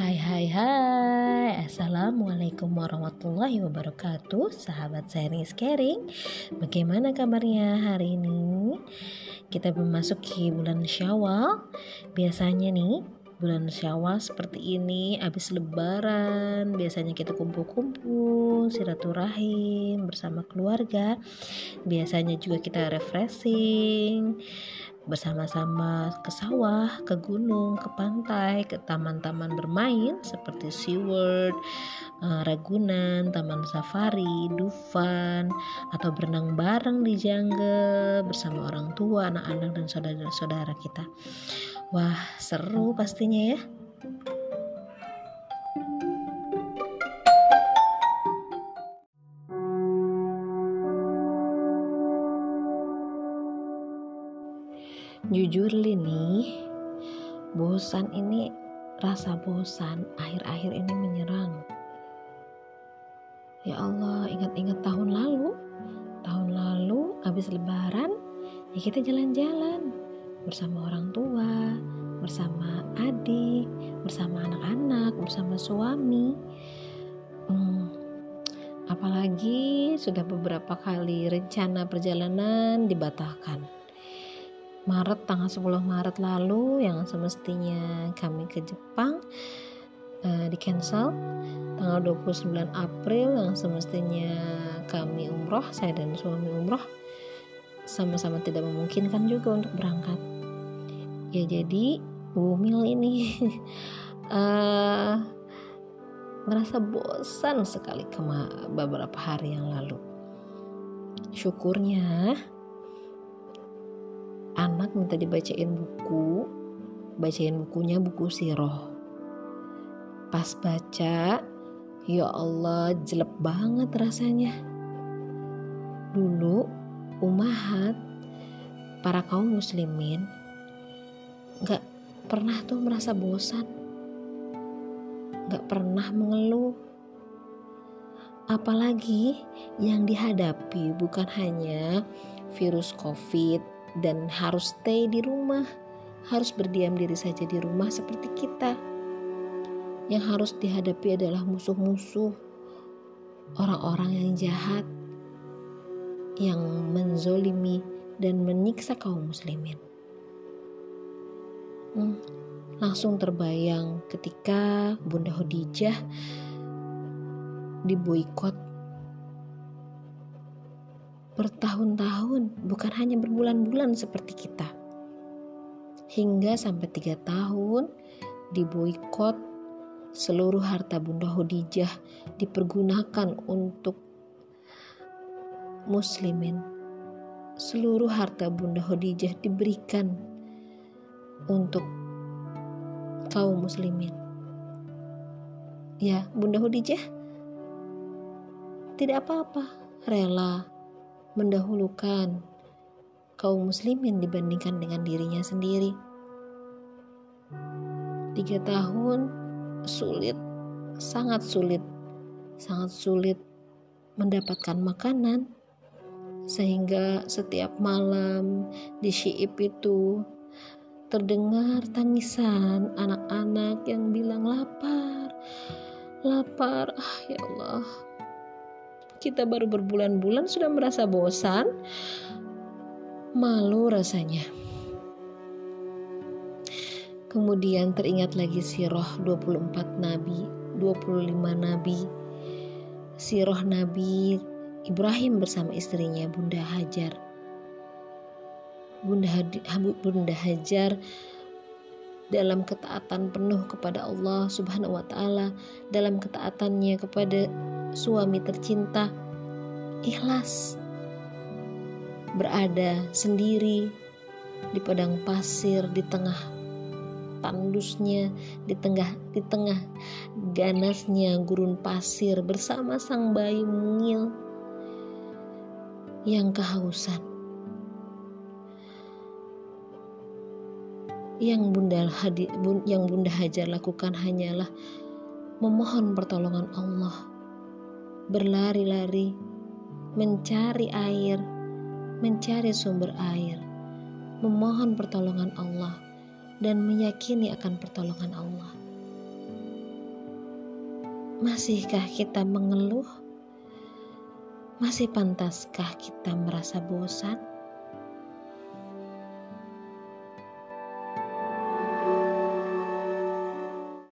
Hai, Assalamualaikum warahmatullahi wabarakatuh. Sahabat sharing is caring. Bagaimana kabarnya hari ini? Kita memasuki bulan Syawal. Biasanya nih bulan Syawal seperti ini habis lebaran, biasanya kita kumpul-kumpul silaturahim bersama keluarga. Biasanya juga kita refreshing bersama-sama ke sawah, ke gunung, ke pantai, ke taman-taman bermain seperti SeaWorld, Ragunan, Taman Safari, Dufan, atau berenang bareng di Jangge bersama orang tua, anak-anak, dan saudara-saudara kita. Wah, seru pastinya ya. Jujur nih, rasa bosan akhir-akhir ini menyerang. Ya Allah, ingat-ingat tahun lalu habis lebaran ya kita jalan-jalan bersama orang tua, bersama adik, bersama anak-anak, bersama suami. Apalagi sudah beberapa kali rencana perjalanan dibatalkan. Tanggal 10 Maret lalu yang semestinya kami ke Jepang di cancel. Tanggal 29 April yang semestinya kami umroh, saya dan suami umroh, sama-sama tidak memungkinkan juga untuk berangkat. Ya jadi bumil ini merasa bosan sekali beberapa hari yang lalu. Syukurnya anak minta dibacain bukunya buku siroh. Pas baca, ya Allah, jelek banget rasanya. Dulu umahat para kaum muslimin gak pernah tuh merasa bosan, gak pernah mengeluh. Apalagi yang dihadapi bukan hanya virus COVID dan harus stay di rumah, harus berdiam diri saja di rumah seperti kita. Yang harus dihadapi adalah musuh-musuh, orang-orang yang jahat, yang menzolimi dan menyiksa kaum muslimin. Langsung terbayang ketika Bunda Khadijah diboikot bertahun-tahun, bukan hanya berbulan-bulan seperti kita. Hingga sampai 3 tahun diboikot, seluruh harta Bunda Khadijah dipergunakan untuk muslimin. Seluruh harta Bunda Khadijah diberikan untuk kaum muslimin. Ya, Bunda Khadijah tidak apa-apa, rela mendahulukan kaum muslimin dibandingkan dengan dirinya sendiri. 3 tahun sangat sulit mendapatkan makanan, sehingga setiap malam di Syi'ib itu terdengar tangisan anak-anak yang bilang lapar. Ya Allah, kita baru berbulan-bulan sudah merasa bosan, malu rasanya. Kemudian teringat lagi sirah 25 nabi, sirah Nabi Ibrahim bersama istrinya Bunda Hajar. Bunda Hajar dalam ketaatan penuh kepada Allah Subhanahu wa Ta'ala, dalam ketaatannya kepada suami tercinta, ikhlas berada sendiri di padang pasir, di tengah tandusnya, di tengah ganasnya gurun pasir bersama sang bayi mungil yang kehausan. Yang Bunda Hajar lakukan hanyalah memohon pertolongan Allah, berlari-lari mencari air, mencari sumber air, memohon pertolongan Allah dan meyakini akan pertolongan Allah. Masihkah kita mengeluh? Masih pantaskah kita merasa bosan?